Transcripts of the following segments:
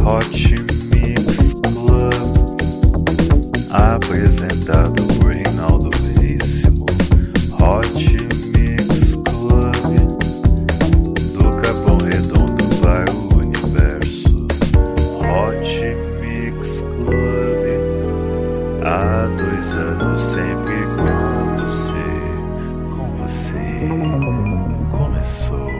Hot Mix Club, apresentado por Reinaldo Veríssimo. Hot Mix Club, do Capão Redondo para o universo. Hot Mix Club, há 2 anos sempre com você começou.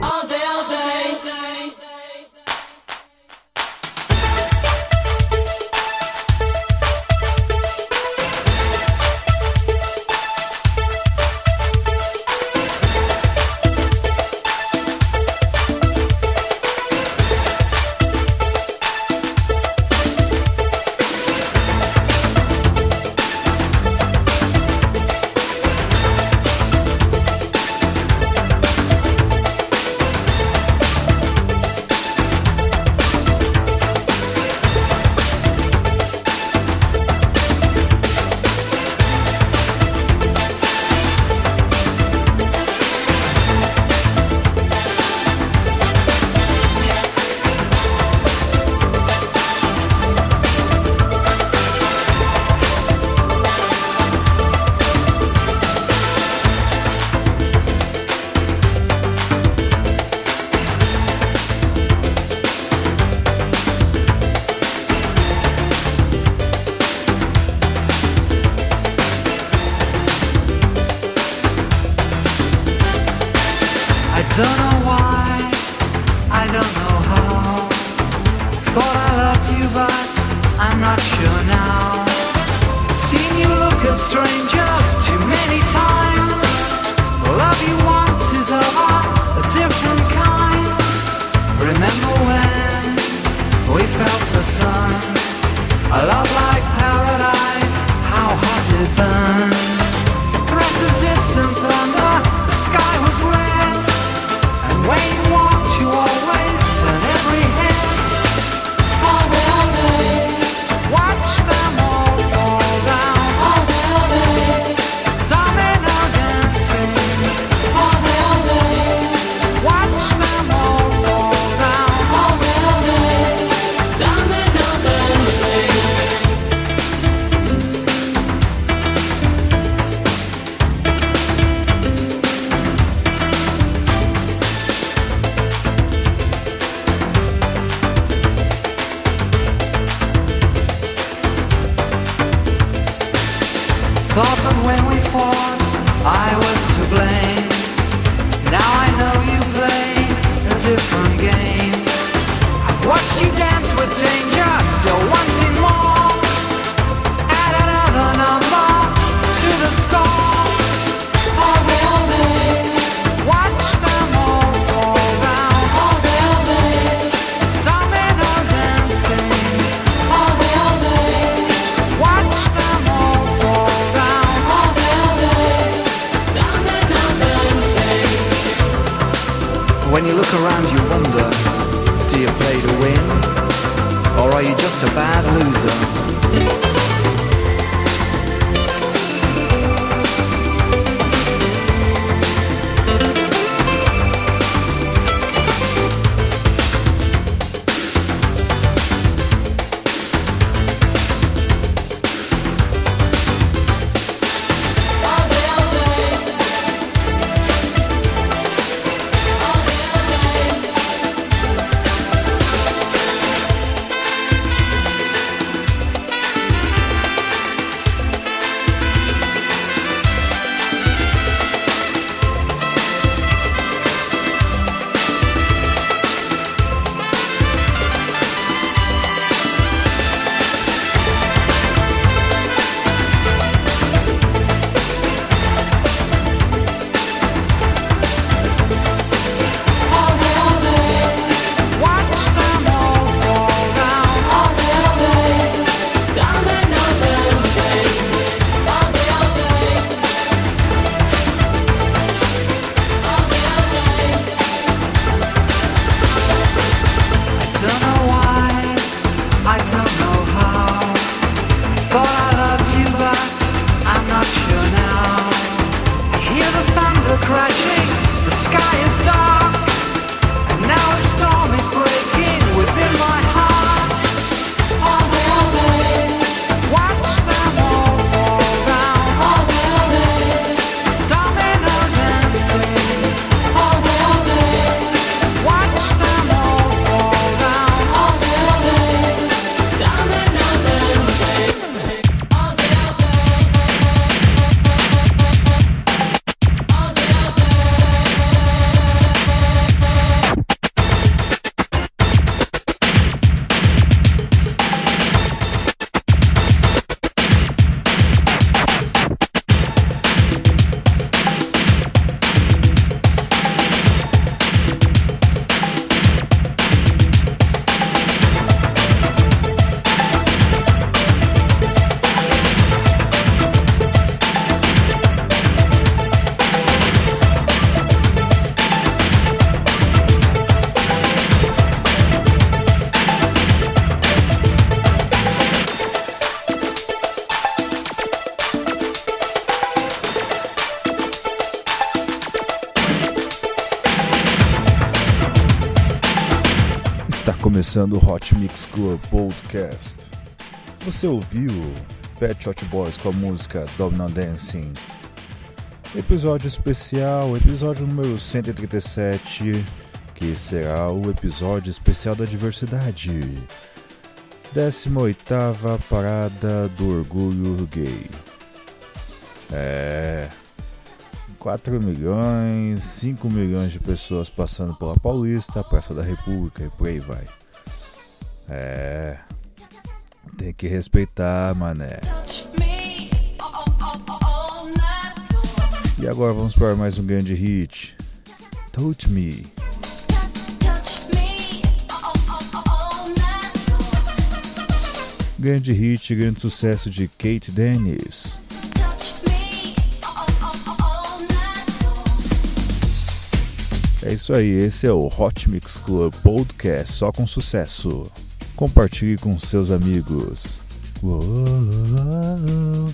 Don't know why, I don't know how. Thought I loved you, but I'm not sure now. Seen you look at strangers too many times. The love you want is of a different kind. Remember when we felt the sun? A love like paradise, how hot it burned. Threat of distant thunder, the sky was red. When you walked, you always turn every head. All day, watch them all fall down. All day, domino dancing. All day, watch them all fall down. All day, domino dancing. Thought that when we fought, I was to blame. Now I know you play a different game. I've watched you dance with danger, still wanting more. Add another number to the score. All day, watch them all fall down. All day, domino dancing. All day, watch them all fall down. When you look around you wonder, do you play to win? Or are you just a bad loser? começando o Hot Mix Club Podcast. Você ouviu Pet Shop Boys com a música Domino Dancing? Episódio especial, episódio número 137, que será o episódio especial da diversidade. 18ª parada do orgulho gay. 4 milhões, 5 milhões de pessoas passando pela Paulista, Praça da República e por aí vai. Tem que respeitar, mané. E agora vamos para mais um grande hit. Touch Me. Grande hit, grande sucesso de Kate Dennis. É isso aí, esse é o Hot Mix Club Podcast, só com sucesso. Compartilhe com seus amigos. Uou.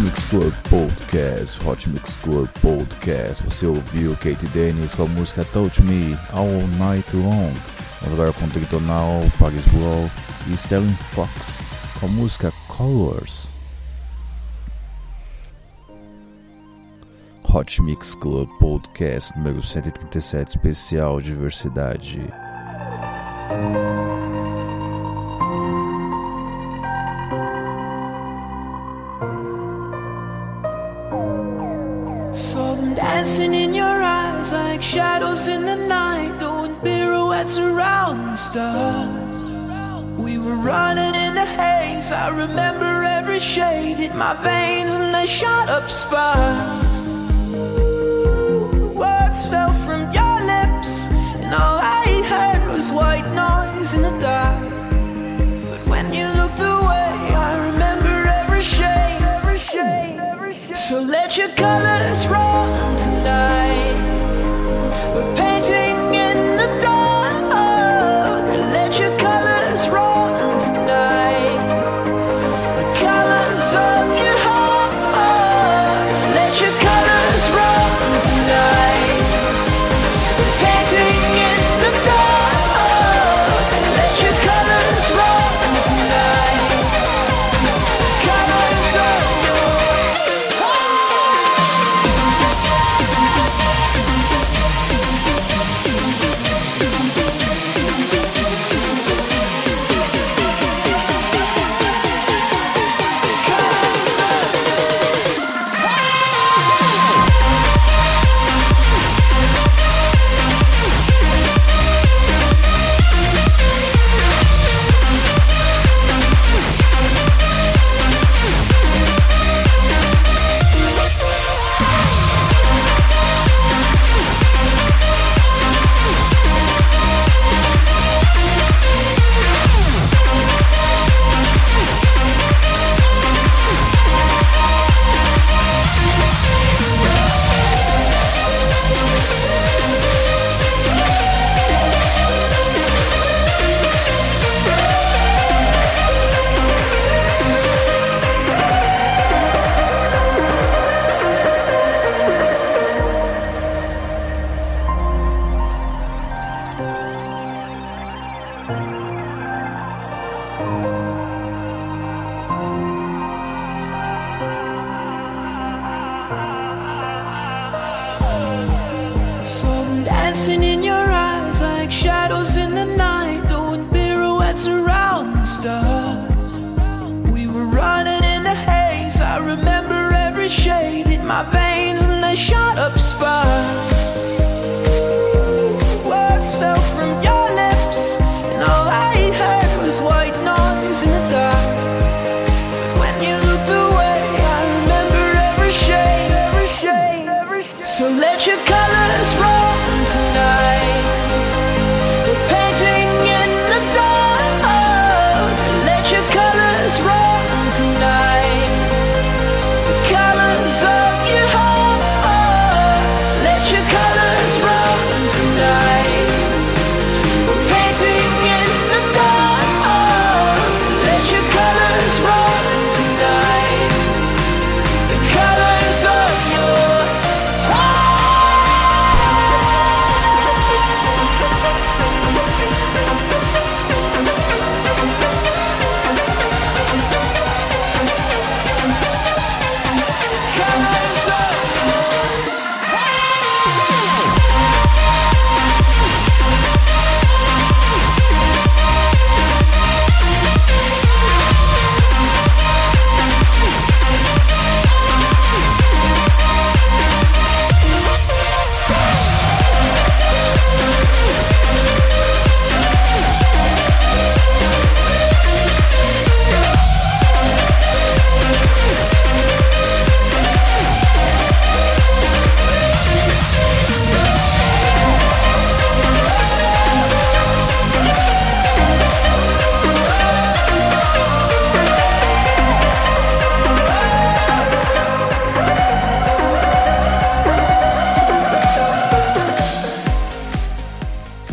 Mix Club Podcast, Hot Mix Club Podcast. Você ouviu Kate Dennis com a música Touch Me All Night Long. Vamos agora com Tritonal, Paris Brawl e Sterling Fox com a música Colors. Hot Mix Club Podcast número 137, especial diversidade. Saw them dancing in your eyes like shadows in the night, doing pirouettes around the stars. We were running in the haze, I remember every shade hit my veins and they shot up sparks. Words fell from your lips and all I heard was white noise in the dark. But when you looked away, I remember every shade. So let your colors run tonight. We're painting in the dark. Let your colors run tonight. The colors of your heart. Let your colors run tonight. We're painting in the dark. Let your colors run tonight. Colors of your Saw them dancing in your eyes like shadows in the night, doing pirouettes around the stars. We were running in the haze, I remember every shade hit my veins and they shot up sparks. Words fell from your lips and all I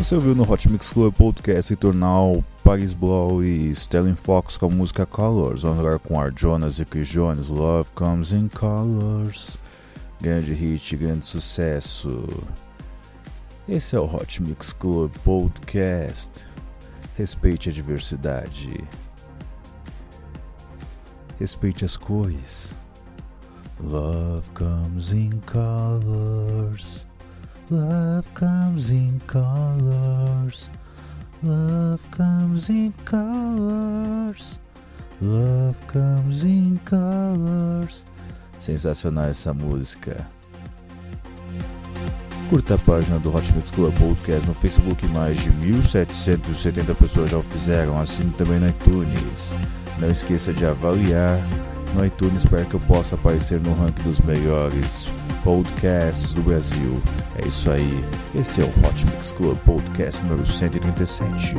Você ouviu no Hot Mix Club Podcast Returnal, Paris Blow e Stellan Fox com a música Colors. Vamos agora com Art Jonas e Chris Jones, Love Comes in Colors. Grande hit, grande sucesso. Esse é o Hot Mix Club Podcast. Respeite a diversidade. Respeite as cores. Love comes in colors. Love comes in colors. Love comes in colors. Love comes in colors. Sensacional essa música. Curta a página do Hot Mix Club Podcast no Facebook. Mais de 1.770 pessoas já o fizeram, assim também no iTunes. Não esqueça de avaliar no iTunes para que eu possa aparecer no ranking dos melhores podcasts do Brasil. É isso aí, esse é o Hot Mix Club Podcast número 137.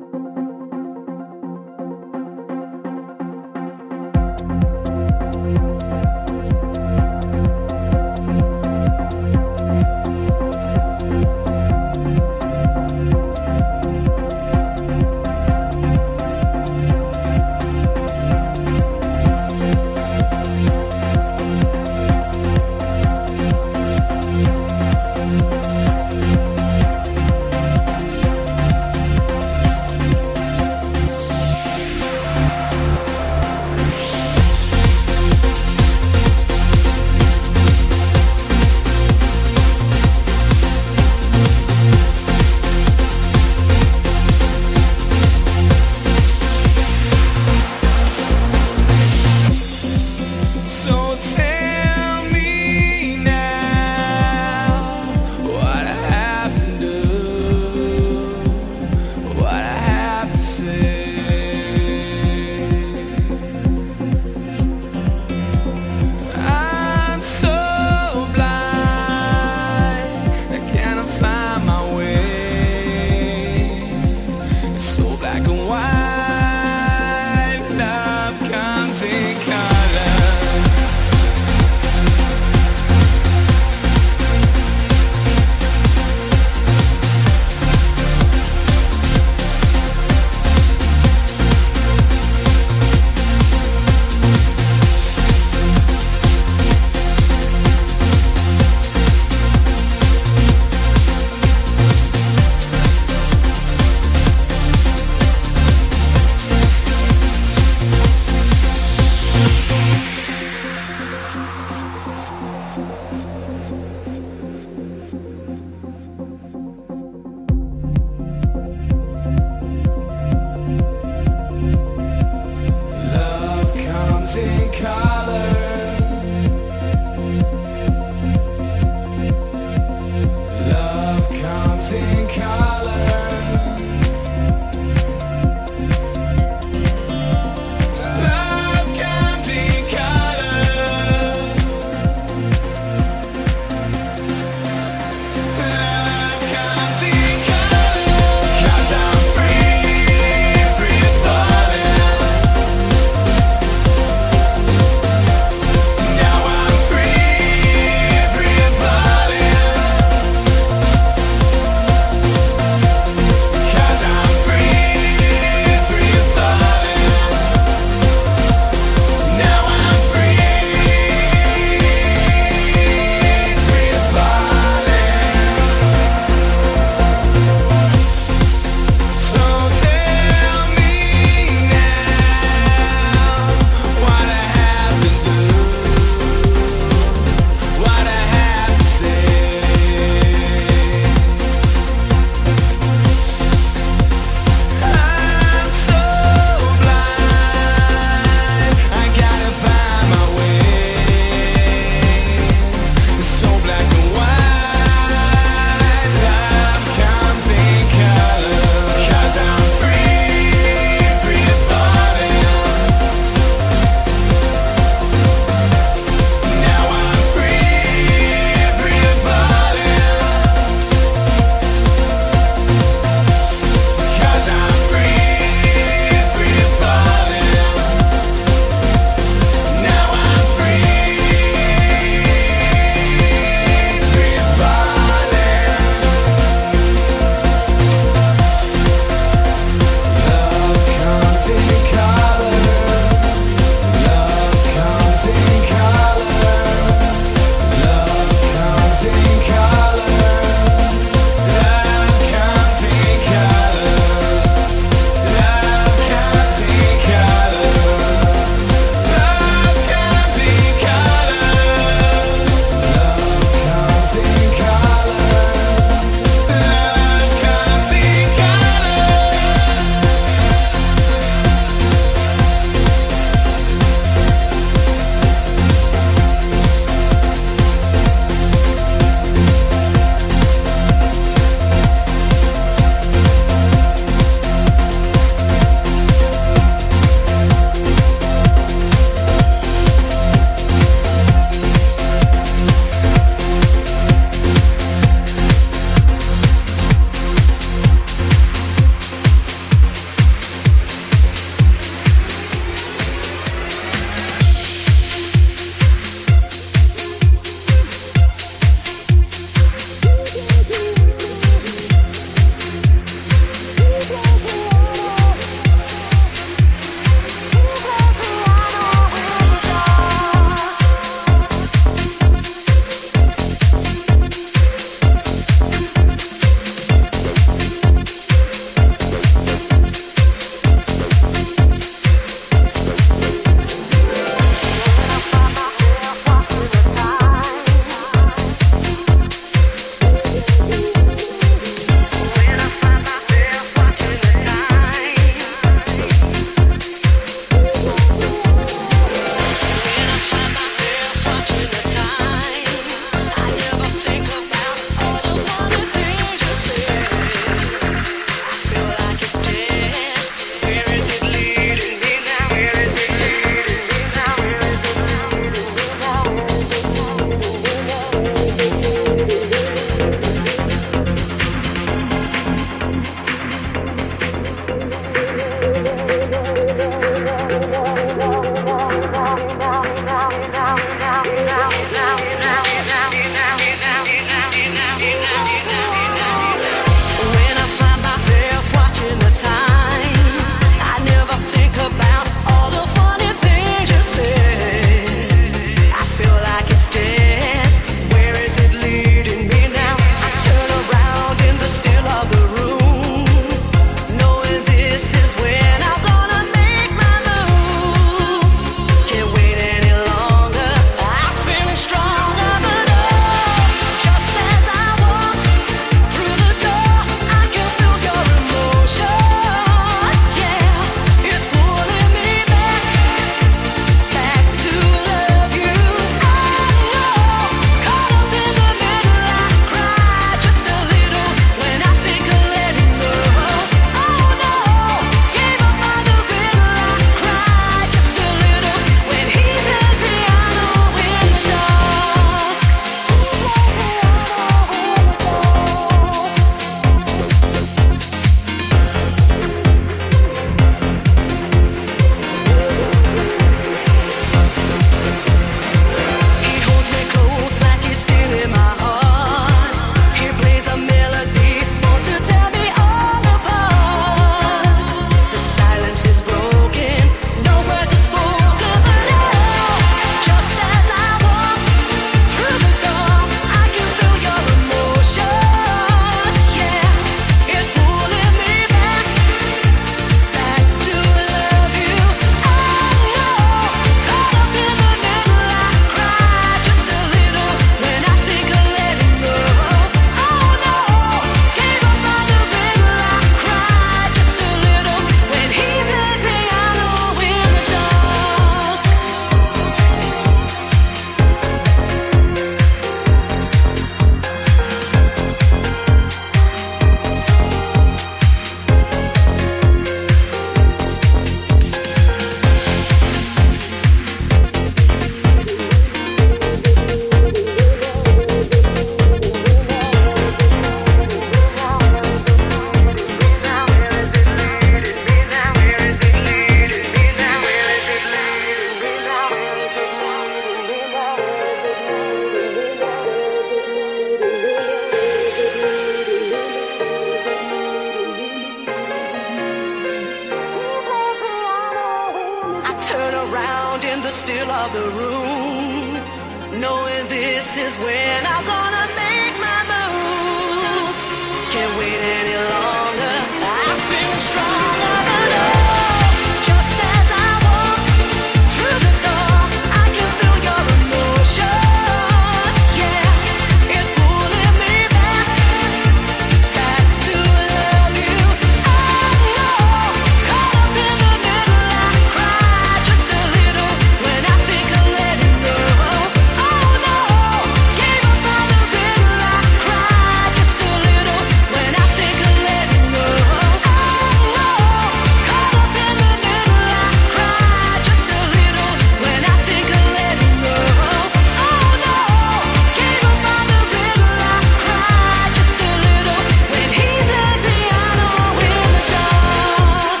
around in the still of the room, knowing this is when I'm gonna make my move. Can't wait any longer, I feel stronger. But oh, just as I walk through the door, I can feel your emotions. Yeah, it's pulling me back to love you. Oh no, caught up in the middle, I cry just a little when I think of letting go. Oh no, gave up on the riddle, I cry just a little when I think of letting go. Oh no, caught up in the middle, I cry just a little when I think of letting go. Oh no, gave up on the riddle, I cry just a little when he plays piano in the dark.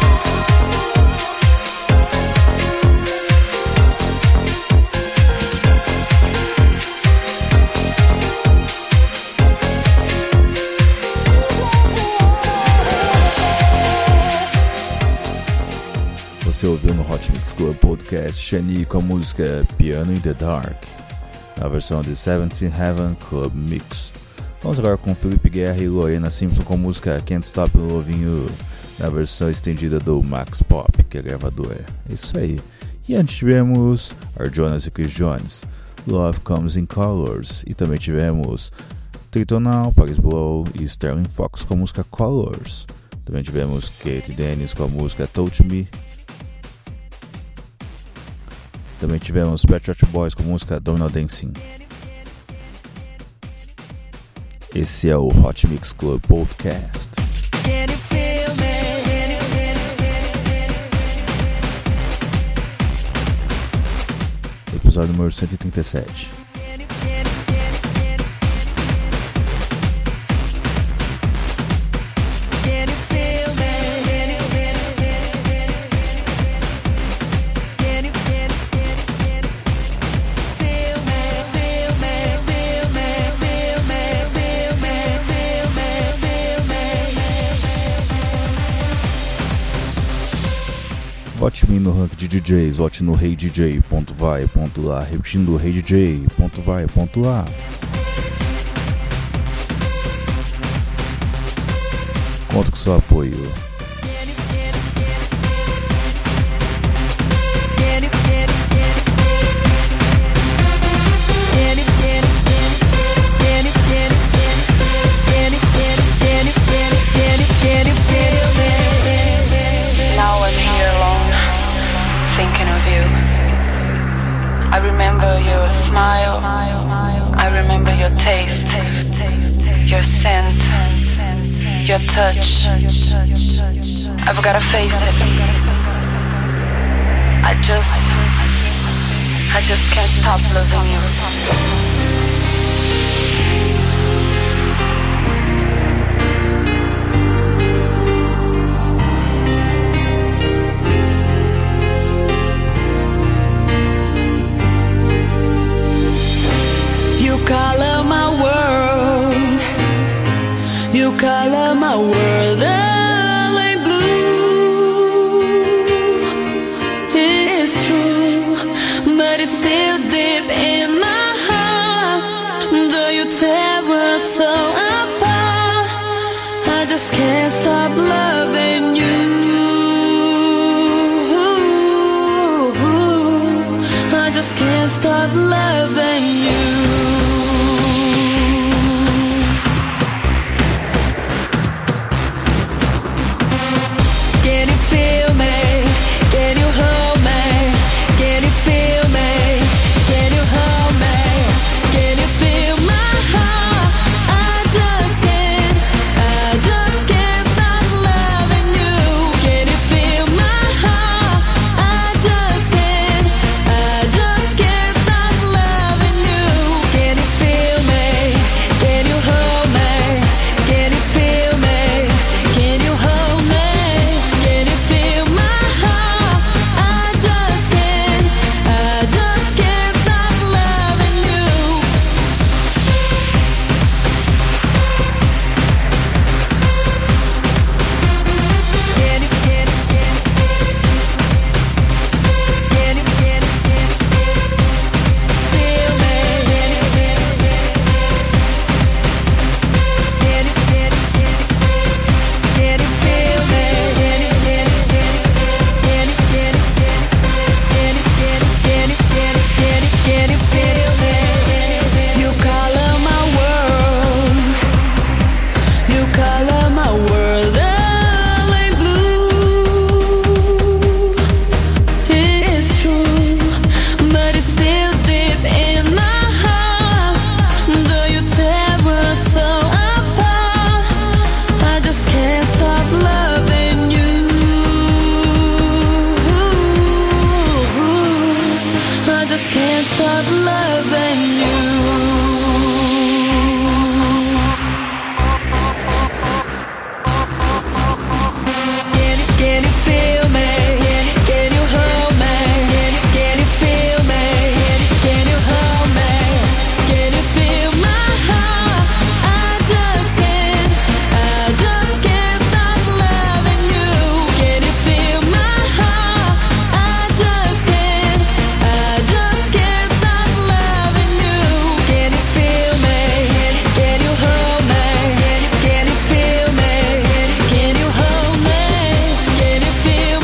Você ouviu no Hot Mix Club Podcast Shani com a música Piano in the Dark, na versão de 17 Heaven Club Mix. Vamos agora com Felipe Guerra e Lorena Simpson com a música Can't Stop Loving You, na versão estendida do Max Pop, que é a gravadora. Isso aí. E antes tivemos Arjonas e Chris Jones, Love Comes in Colors, e também tivemos Tritonal, Paris Blow e Sterling Fox com a música Colors. Também tivemos Kate Dennis com a música Touch Me. Também tivemos Pet Shop Boys com a música Domino Dancing. Esse é o Hot Mix Club Podcast. Can you feel me? Episódio número 137. Can you feel me? Can you feel Vote me no ranking de DJs, vote no reidj.vai.lá, repetindo reidj.vai.lá. Conto com seu apoio. Now I'm here alone, thinking of you. I remember your smile, I remember your taste, your scent, your touch. I've gotta face it. I just can't stop loving you. You color my world. You color my world a light blue. It's true, but it's still deep in my heart. Though you tear us so apart, I just can't stop loving you. I just can't stop loving you. Can you feel me? Can you hold me? Can you feel me? Can you hold me? Can you feel my heart? I just can't stop loving you. Can you feel my heart? I just can't stop loving you. Can you feel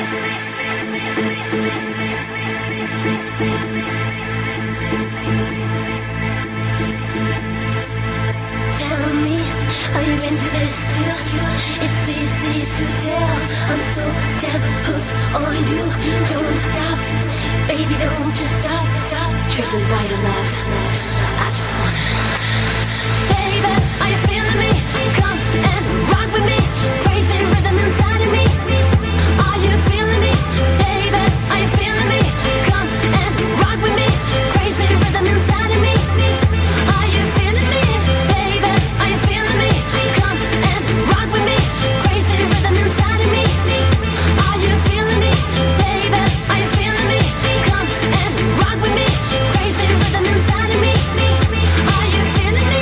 Tell me, are you into this too? It's easy to tell. I'm so damn hooked on you. Don't stop, baby, don't just stop. Driven by your love, I just wanna. Baby, are you feeling me? Come and rock with me. Crazy rhythm inside of me. Are you feeling me? Baby, are you feeling me? Come and rock with me. Crazy rhythm inside of me. Are you feeling me? Baby, are you feeling me? Come and rock with me. Crazy rhythm inside of me. Are you feeling me? Baby, are you feeling me? Come and rock with me. Crazy rhythm inside of me. Are you feeling me?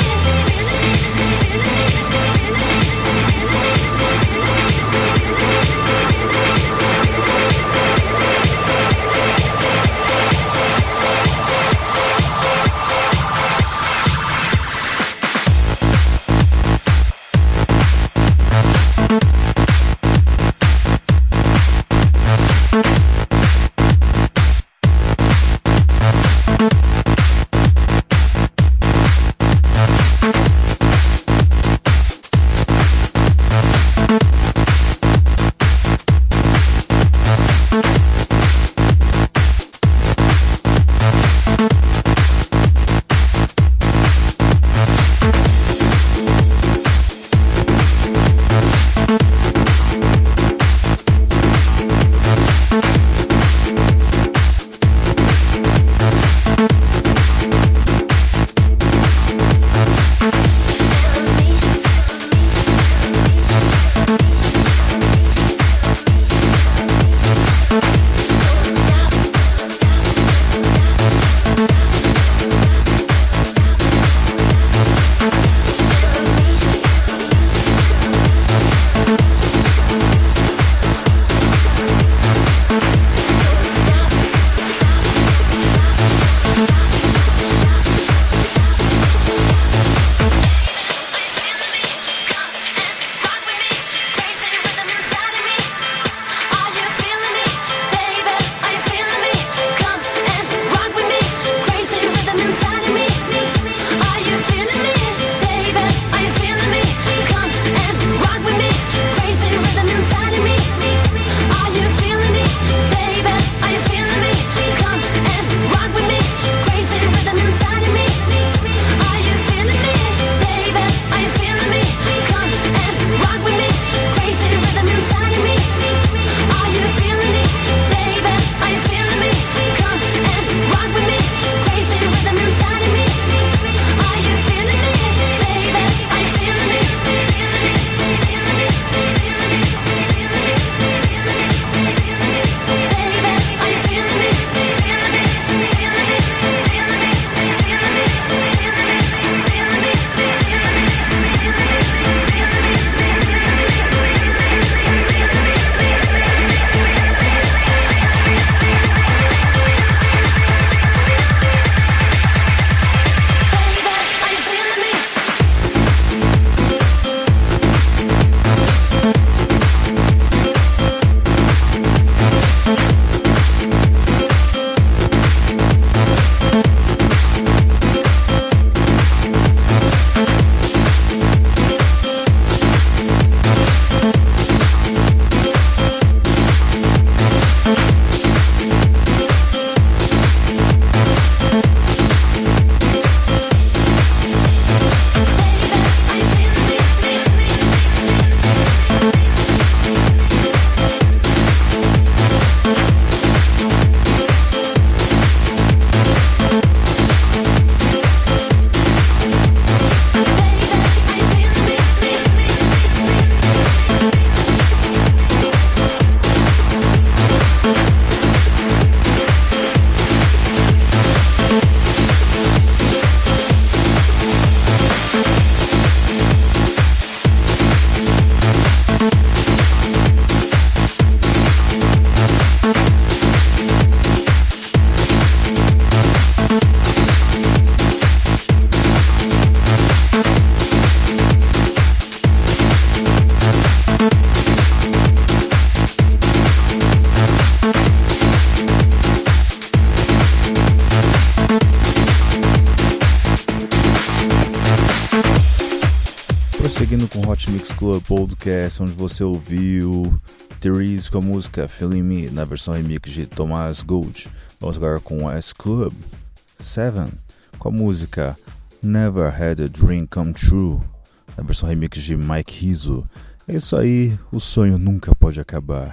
Seguindo com o Hot Mix Club Podcast, onde você ouviu Therese com a música Feeling Me, na versão remix de Thomas Gold. Vamos agora com S Club 7 com a música Never Had a Dream Come True, na versão remix de Mike Rizzo. É isso aí, o sonho nunca pode acabar.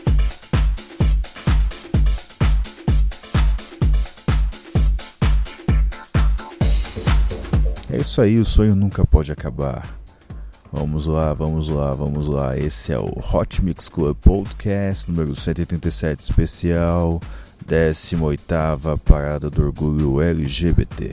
É isso aí, o sonho nunca pode acabar. Vamos lá. Esse é o Hot Mix Club Podcast, número 187 especial, 18ª Parada do Orgulho LGBT.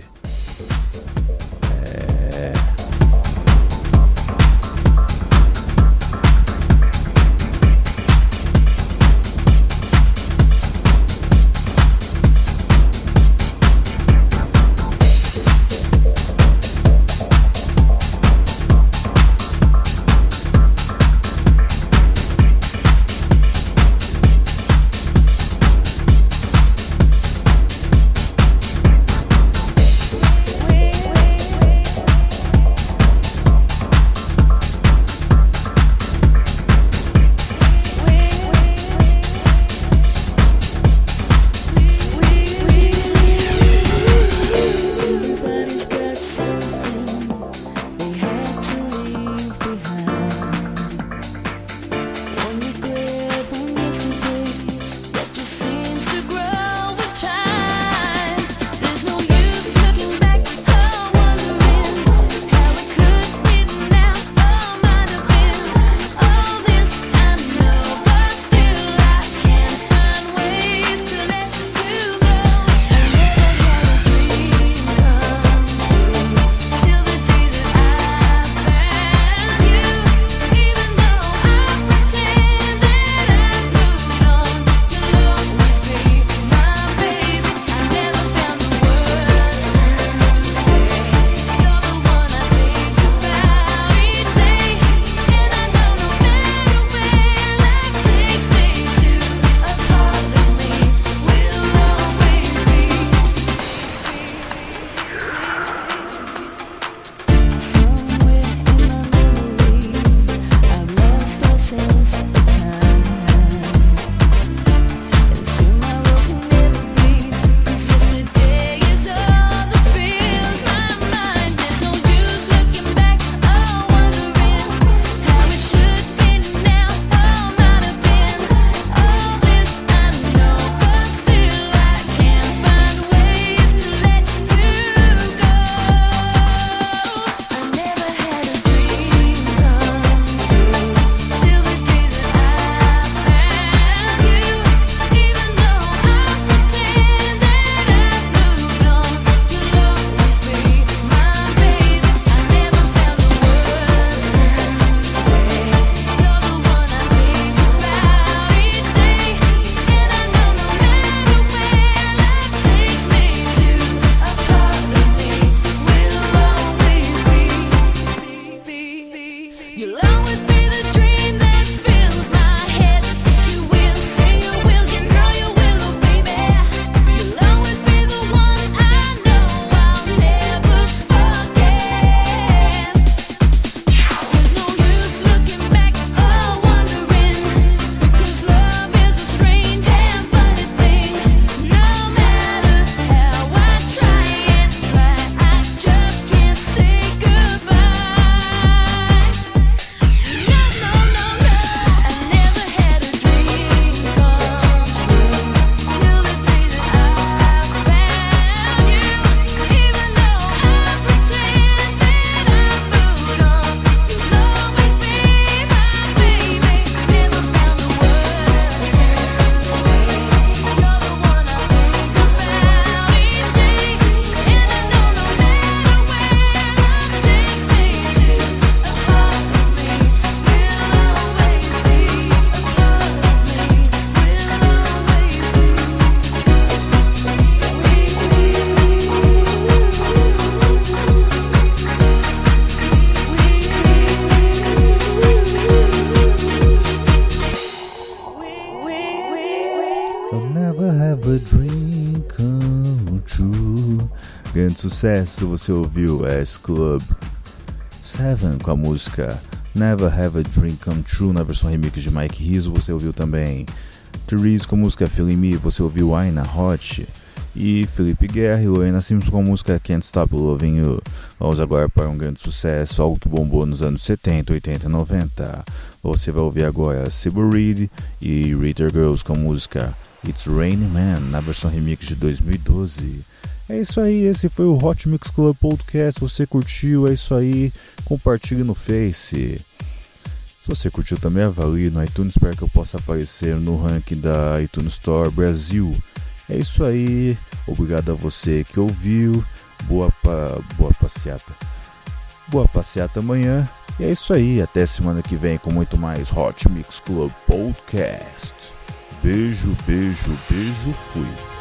Grande sucesso, você ouviu S Club Seven com a música Never Have a Dream Come True na versão remix de Mike Rizzo, você ouviu também. Therese com a música Feeling Me, você ouviu Aina Hot. E Felipe Guerra e Lorena Sims com a música Can't Stop Loving You. Vamos agora para um grande sucesso, algo que bombou nos anos 70, 80 e 90. Você vai ouvir agora Sybil Reed e Ritter Girls com a música It's Raining Man na versão remix de 2012. É isso aí, esse foi o Hot Mix Club Podcast. Você curtiu? É isso aí, compartilhe no Face. Se você curtiu também, avalie no iTunes, espero que eu possa aparecer no ranking da iTunes Store Brasil. É isso aí, obrigado a você que ouviu, boa passeata. Boa passeata amanhã, e é isso aí, até semana que vem com muito mais Hot Mix Club Podcast. Beijo, beijo, beijo, fui.